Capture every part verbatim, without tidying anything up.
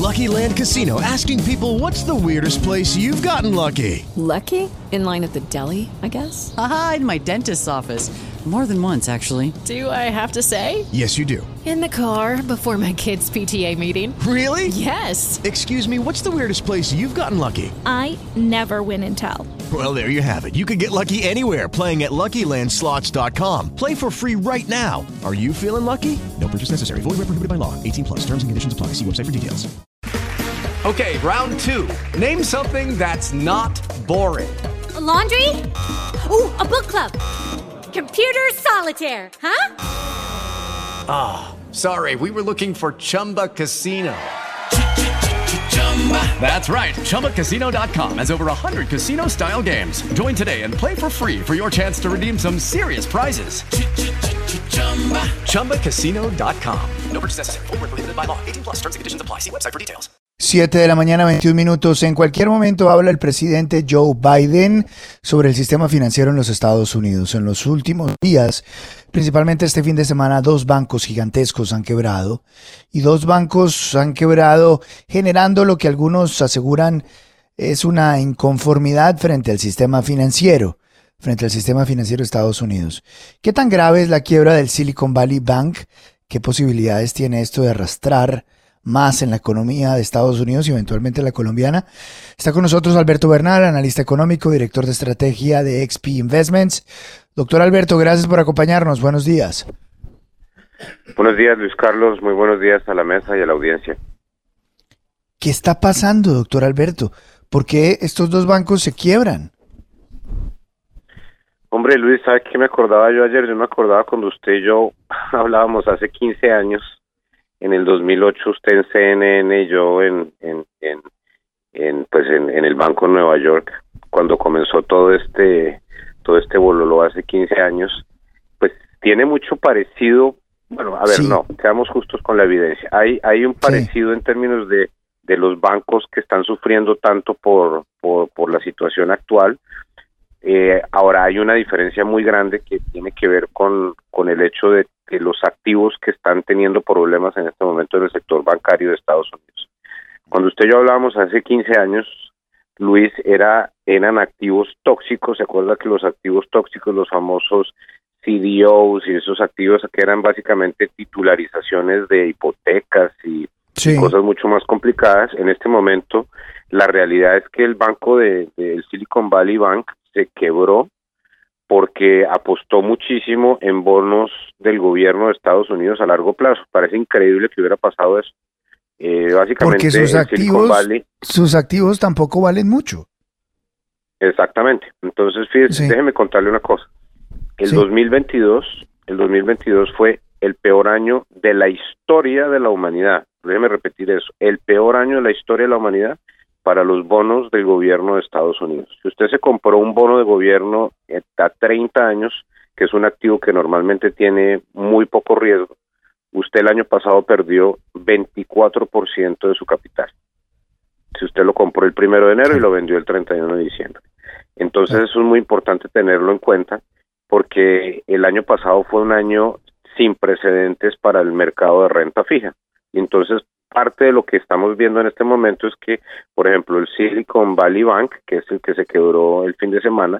Lucky Land Casino, asking people, what's the weirdest place you've gotten lucky? Lucky? In line at the deli, I guess? Aha, in my dentist's office. More than once, actually. Do I have to say? Yes, you do. In the car before my kids' P T A meeting. Really? Yes. Excuse me, what's the weirdest place you've gotten lucky? I never win and tell. Well, there you have it. You can get lucky anywhere, playing at Lucky Land Slots dot com. Play for free right now. Are you feeling lucky? No purchase necessary. Void where prohibited by law. eighteen plus. Terms and conditions apply. See website for details. Okay, round two. Name something that's not boring. A laundry? Ooh, a book club. Computer solitaire, huh? Ah, oh, sorry. We were looking for Chumba Casino. That's right. Chumba Casino dot com has over one hundred casino-style games. Join today and play for free for your chance to redeem some serious prizes. Chumba Casino dot com. No purchase necessary. Void where prohibited by law. eighteen plus. Terms and conditions apply. See website for details. siete de la mañana, veintiún minutos. En cualquier momento habla el presidente Joe Biden sobre el sistema financiero en los Estados Unidos. En los últimos días, principalmente este fin de semana, dos bancos gigantescos han quebrado. Y dos bancos han quebrado generando lo que algunos aseguran es una inconformidad frente al sistema financiero, frente al sistema financiero de Estados Unidos. ¿Qué tan grave es la quiebra del Silicon Valley Bank? ¿Qué posibilidades tiene esto de arrastrar más en la economía de Estados Unidos y eventualmente la colombiana? Está con nosotros Alberto Bernal, analista económico, director de estrategia de X P Investments. Doctor Alberto, gracias por acompañarnos. Buenos días. Buenos días, Luis Carlos. Muy buenos días a la mesa y a la audiencia. ¿Qué está pasando, doctor Alberto? ¿Por qué estos dos bancos se quiebran? Hombre, Luis, ¿sabe qué me acordaba yo ayer? Yo me acordaba cuando usted y yo hablábamos hace quince años. En el dos mil ocho usted en C N N y yo en en en, en pues en, en el Banco de Nueva York, cuando comenzó todo este todo este bololo hace quince años, pues tiene mucho parecido. Bueno, a ver, sí. no, seamos justos con la evidencia. Hay hay un parecido sí. en términos de de los bancos que están sufriendo tanto por por por la situación actual. Eh, ahora hay una diferencia muy grande que tiene que ver con con el hecho de que los activos que están teniendo problemas en este momento en el sector bancario de Estados Unidos. Cuando usted y yo hablábamos hace quince años, Luis, era eran activos tóxicos. ¿Se acuerda que los activos tóxicos, los famosos C D Os y esos activos que eran básicamente titularizaciones de hipotecas y sí. cosas mucho más complicadas? En este momento, la realidad es que el banco de, de el Silicon Valley Bank se quebró porque apostó muchísimo en bonos del gobierno de Estados Unidos a largo plazo. Parece increíble que hubiera pasado eso. Eh, básicamente, porque sus activos, Valley, sus activos tampoco valen mucho. Exactamente. Entonces, fíjese, sí. déjeme contarle una cosa. El sí. dos mil veintidós, el dos mil veintidós fue el peor año de la historia de la humanidad. Déjeme repetir eso. El peor año de la historia de la humanidad para los bonos del gobierno de Estados Unidos. Si usted se compró un bono de gobierno a treinta años, que es un activo que normalmente tiene muy poco riesgo, usted el año pasado perdió veinticuatro por ciento de su capital. Si usted lo compró el primero de enero y lo vendió el treinta y uno de diciembre. Entonces eso es muy importante tenerlo en cuenta, porque el año pasado fue un año sin precedentes para el mercado de renta fija. Y entonces parte de lo que estamos viendo en este momento es que, por ejemplo, el Silicon Valley Bank, que es el que se quebró el fin de semana,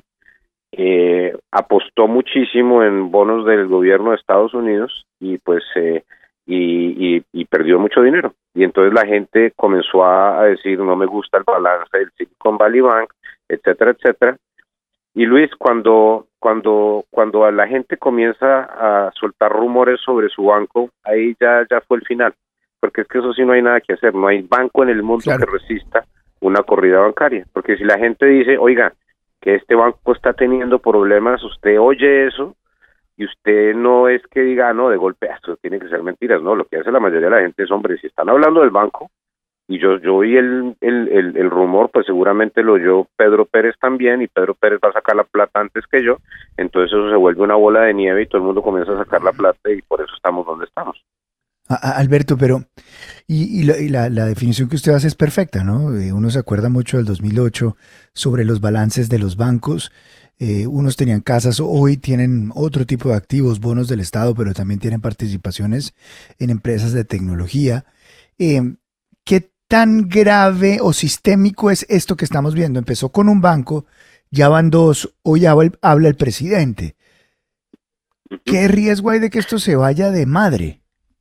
eh, apostó muchísimo en bonos del gobierno de Estados Unidos y pues eh, y, y, y perdió mucho dinero. Y entonces la gente comenzó a, a decir, no me gusta el balance del Silicon Valley Bank, etcétera, etcétera. Y Luis, cuando cuando cuando la gente comienza a soltar rumores sobre su banco, ahí ya ya fue el final. Porque es que eso sí no hay nada que hacer, no hay banco en el mundo claro. que resista una corrida bancaria, porque si la gente dice, oiga, que este banco está teniendo problemas, usted oye eso, y usted no es que diga, ah, no, de golpe, esto tiene que ser mentiras, no, lo que hace la mayoría de la gente es, hombre, si están hablando del banco, y yo yo oí el, el, el, el rumor, pues seguramente lo oyó Pedro Pérez también, y Pedro Pérez va a sacar la plata antes que yo, entonces eso se vuelve una bola de nieve y todo el mundo comienza a sacar la plata y por eso estamos donde estamos. Alberto, pero y, y, la, y la, la definición que usted hace es perfecta, ¿no? Eh, uno se acuerda mucho del dos mil ocho sobre los balances de los bancos. Eh, unos tenían casas, hoy tienen otro tipo de activos, bonos del Estado, pero también tienen participaciones en empresas de tecnología. Eh, ¿Qué tan grave o sistémico es esto que estamos viendo? Empezó con un banco, ya van dos, hoy habla el presidente. ¿Qué riesgo hay de que esto se vaya de madre?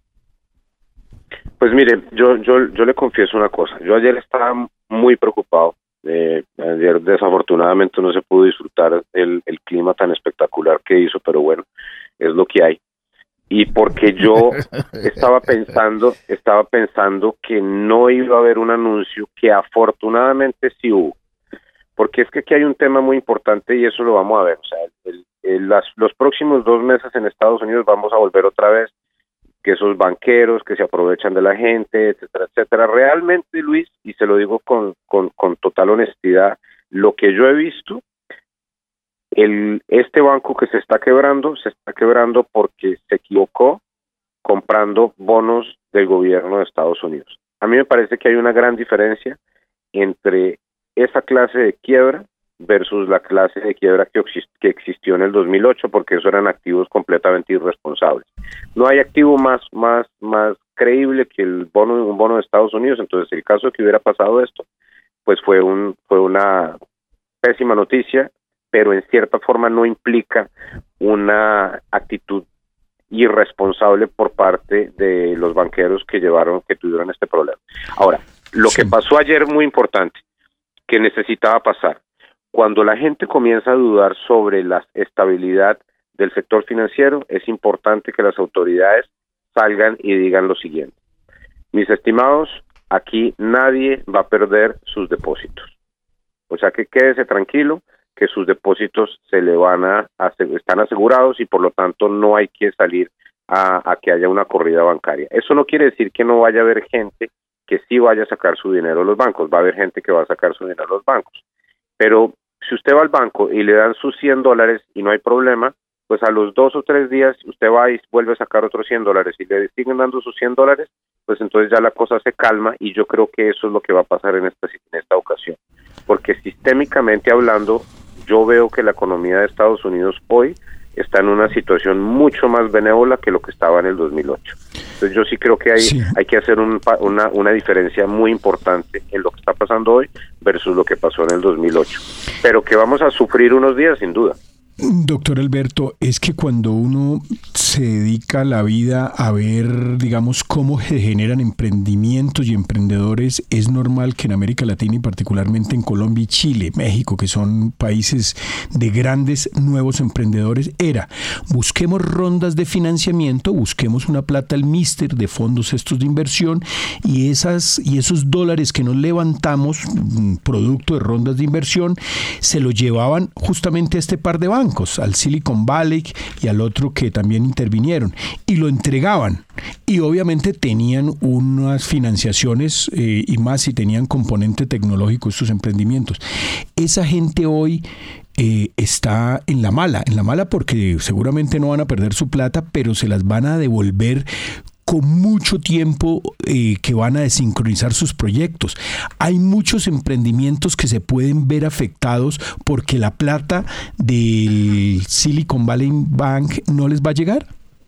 Pues mire, yo, yo, yo le confieso una cosa. Yo ayer estaba muy preocupado. Eh, ayer desafortunadamente no se pudo disfrutar el, el clima tan espectacular que hizo, pero bueno, es lo que hay. Y porque yo estaba pensando, estaba pensando que no iba a haber un anuncio, que afortunadamente sí hubo. Porque es que aquí hay un tema muy importante y eso lo vamos a ver. O sea, el, el, las, los próximos dos meses en Estados Unidos vamos a volver otra vez que esos banqueros que se aprovechan de la gente, etcétera, etcétera. Realmente, Luis, y se lo digo con, con, con total honestidad, lo que yo he visto, el este banco que se está quebrando, se está quebrando porque se equivocó comprando bonos del gobierno de Estados Unidos. A mí me parece que hay una gran diferencia entre esa clase de quiebra versus la clase de quiebra que, que existió en el dos mil ocho, porque eso eran activos completamente irresponsables. No hay activo más más más creíble que el bono un bono de Estados Unidos. Entonces, el caso de que hubiera pasado esto, pues fue un fue una pésima noticia, pero en cierta forma no implica una actitud irresponsable por parte de los banqueros que llevaron que tuvieron este problema. Ahora, lo sí. que pasó ayer muy importante, que necesitaba pasar. Cuando la gente comienza a dudar sobre la estabilidad del sector financiero, es importante que las autoridades salgan y digan lo siguiente. Mis estimados, aquí nadie va a perder sus depósitos. O sea que quédese tranquilo, que sus depósitos se le van a, a están asegurados y por lo tanto no hay que salir a, a que haya una corrida bancaria. Eso no quiere decir que no vaya a haber gente que sí vaya a sacar su dinero de los bancos. Va a haber gente que va a sacar su dinero de los bancos. Pero si usted va al banco y le dan sus cien dólares y no hay problema, pues a los dos o tres días usted va y vuelve a sacar otros cien dólares y le siguen dando sus cien dólares, pues entonces ya la cosa se calma y yo creo que eso es lo que va a pasar en esta, en esta ocasión. Porque sistémicamente hablando, yo veo que la economía de Estados Unidos hoy está en una situación mucho más benévola que lo que estaba en el dos mil ocho. Entonces yo sí creo que hay, sí. hay que hacer un, una, una diferencia muy importante en lo que está pasando hoy versus lo que pasó en el dos mil ocho. Pero que vamos a sufrir unos días, sin duda. Doctor Alberto, es que cuando uno se dedica la vida a ver, digamos, cómo se generan emprendimientos y emprendedores, es normal que en América Latina y particularmente en Colombia y Chile, México, que son países de grandes nuevos emprendedores, era busquemos rondas de financiamiento, busquemos una plata al mister de fondos estos de inversión y esas y esos dólares que nos levantamos, producto de rondas de inversión, se lo llevaban justamente a este par de bancos, al Silicon Valley y al otro que también intervinieron, y lo entregaban. Y obviamente tenían unas financiaciones eh, y más si tenían componente tecnológico estos emprendimientos. Esa gente hoy eh, está en la mala, en la mala porque seguramente no van a perder su plata, pero se las van a devolver con mucho tiempo eh, que van a desincronizar sus proyectos. Hay muchos emprendimientos que se pueden ver afectados porque la plata del Silicon Valley Bank no les va a llegar.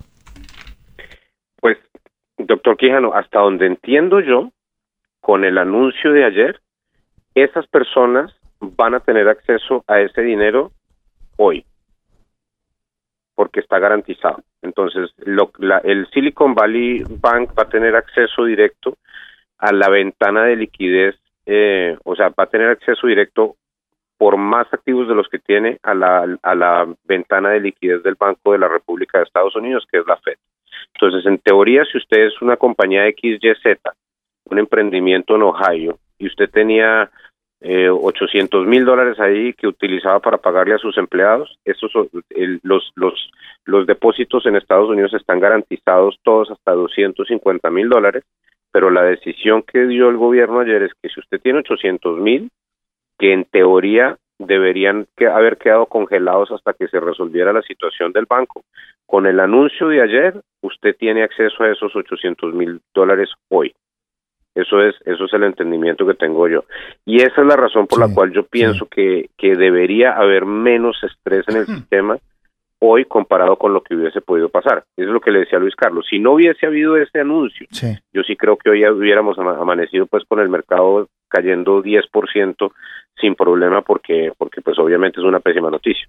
Pues, doctor Quijano, hasta donde entiendo yo, con el anuncio de ayer, esas personas van a tener acceso a ese dinero hoy, porque está garantizado. Entonces, lo, la, el Silicon Valley Bank va a tener acceso directo a la ventana de liquidez, eh, o sea, va a tener acceso directo por más activos de los que tiene a la, a la ventana de liquidez del Banco de la República de Estados Unidos, que es la Fed. Entonces, en teoría, si usted es una compañía X Y Z, un emprendimiento en Ohio, y usted tenía Eh, ochocientos mil dólares ahí que utilizaba para pagarle a sus empleados, esos el, los los los depósitos en Estados Unidos están garantizados todos hasta doscientos cincuenta mil dólares, pero la decisión que dio el gobierno ayer es que si usted tiene ochocientos mil, que en teoría deberían que haber quedado congelados hasta que se resolviera la situación del banco, con el anuncio de ayer usted tiene acceso a esos ochocientos mil dólares hoy. Eso es eso es el entendimiento que tengo yo. Y esa es la razón por sí, la cual yo pienso sí. que, que debería haber menos estrés en el uh-huh. sistema hoy comparado con lo que hubiese podido pasar. Eso es lo que le decía Luis Carlos. Si no hubiese habido ese anuncio, sí. yo sí creo que hoy hubiéramos amanecido pues con el mercado cayendo diez por ciento sin problema porque, porque pues obviamente es una pésima noticia.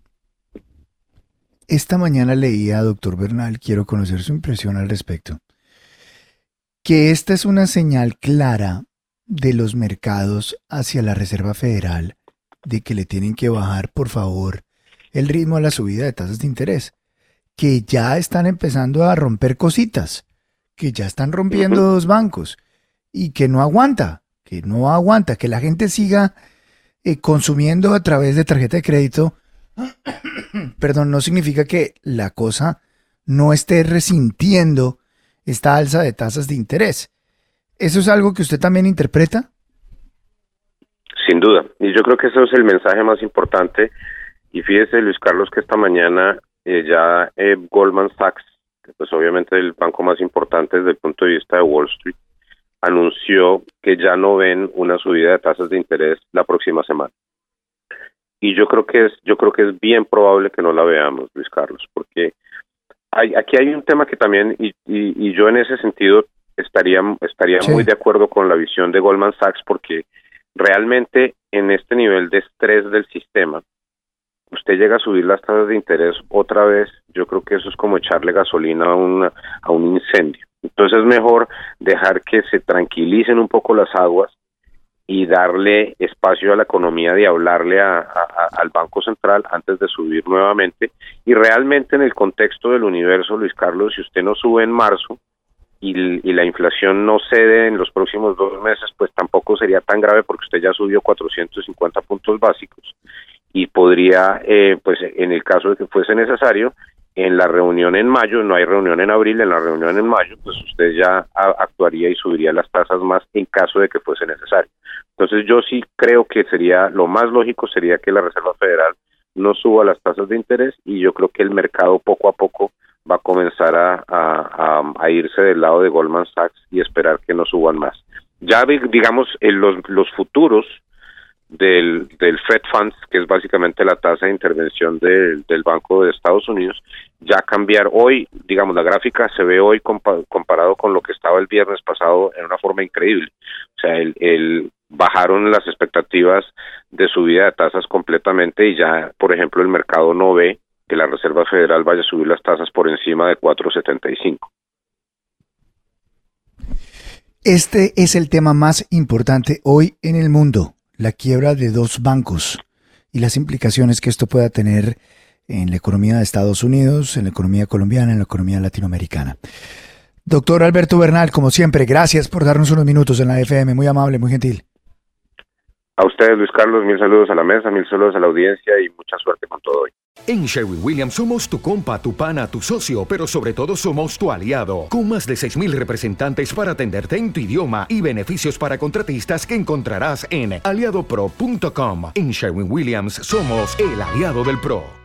Esta mañana leía, doctor Bernal, quiero conocer su impresión al respecto, que esta es una señal clara de los mercados hacia la Reserva Federal de que le tienen que bajar, por favor, el ritmo a la subida de tasas de interés, que ya están empezando a romper cositas, que ya están rompiendo uh-huh. dos bancos y que no aguanta, que no aguanta, que la gente siga eh, consumiendo a través de tarjeta de crédito, perdón, no significa que la cosa no esté resintiendo esta alza de tasas de interés. ¿Eso es algo que usted también interpreta? Sin duda, y yo creo que eso es el mensaje más importante. Y fíjese, Luis Carlos, que esta mañana eh, ya eh, Goldman Sachs, que pues obviamente el banco más importante desde el punto de vista de Wall Street, anunció que ya no ven una subida de tasas de interés la próxima semana. Y yo creo que es, yo creo que es bien probable que no la veamos, Luis Carlos, porque hay, aquí hay un tema que también, y, y, y yo en ese sentido estaría, estaría sí. muy de acuerdo con la visión de Goldman Sachs, porque realmente en este nivel de estrés del sistema, usted llega a subir las tasas de interés otra vez, yo creo que eso es como echarle gasolina a, una, a un incendio. Entonces es mejor dejar que se tranquilicen un poco las aguas y darle espacio a la economía de hablarle a, a, al Banco Central antes de subir nuevamente. Y realmente en el contexto del universo, Luis Carlos, si usted no sube en marzo y, y la inflación no cede en los próximos dos meses, pues tampoco sería tan grave porque usted ya subió cuatrocientos cincuenta puntos básicos. Y podría, eh, pues en el caso de que fuese necesario, en la reunión en mayo, no hay reunión en abril, en la reunión en mayo, pues usted ya a, actuaría y subiría las tasas más en caso de que fuese necesario. Entonces yo sí creo que sería, lo más lógico sería que la Reserva Federal no suba las tasas de interés y yo creo que el mercado poco a poco va a comenzar a, a, a, a irse del lado de Goldman Sachs y esperar que no suban más. Ya digamos, en los, los futuros del, del Fed Funds, que es básicamente la tasa de intervención del, del Banco de Estados Unidos, ya cambiar hoy, digamos, la gráfica se ve hoy compa- comparado con lo que estaba el viernes pasado en una forma increíble. O sea, el, el bajaron las expectativas de subida de tasas completamente y ya, por ejemplo, el mercado no ve que la Reserva Federal vaya a subir las tasas por encima de cuatro setenta y cinco. Este es el tema más importante hoy en el mundo, la quiebra de dos bancos y las implicaciones que esto pueda tener en la economía de Estados Unidos, en la economía colombiana, en la economía latinoamericana. Doctor Alberto Bernal, como siempre, gracias por darnos unos minutos en la F M, muy amable, muy gentil. A ustedes, Luis Carlos, mil saludos a la mesa, mil saludos a la audiencia y mucha suerte con todo hoy. En Sherwin-Williams somos tu compa, tu pana, tu socio, pero sobre todo somos tu aliado, con más de seis mil representantes para atenderte en tu idioma y beneficios para contratistas que encontrarás en aliado pro punto com. En Sherwin-Williams somos el aliado del pro.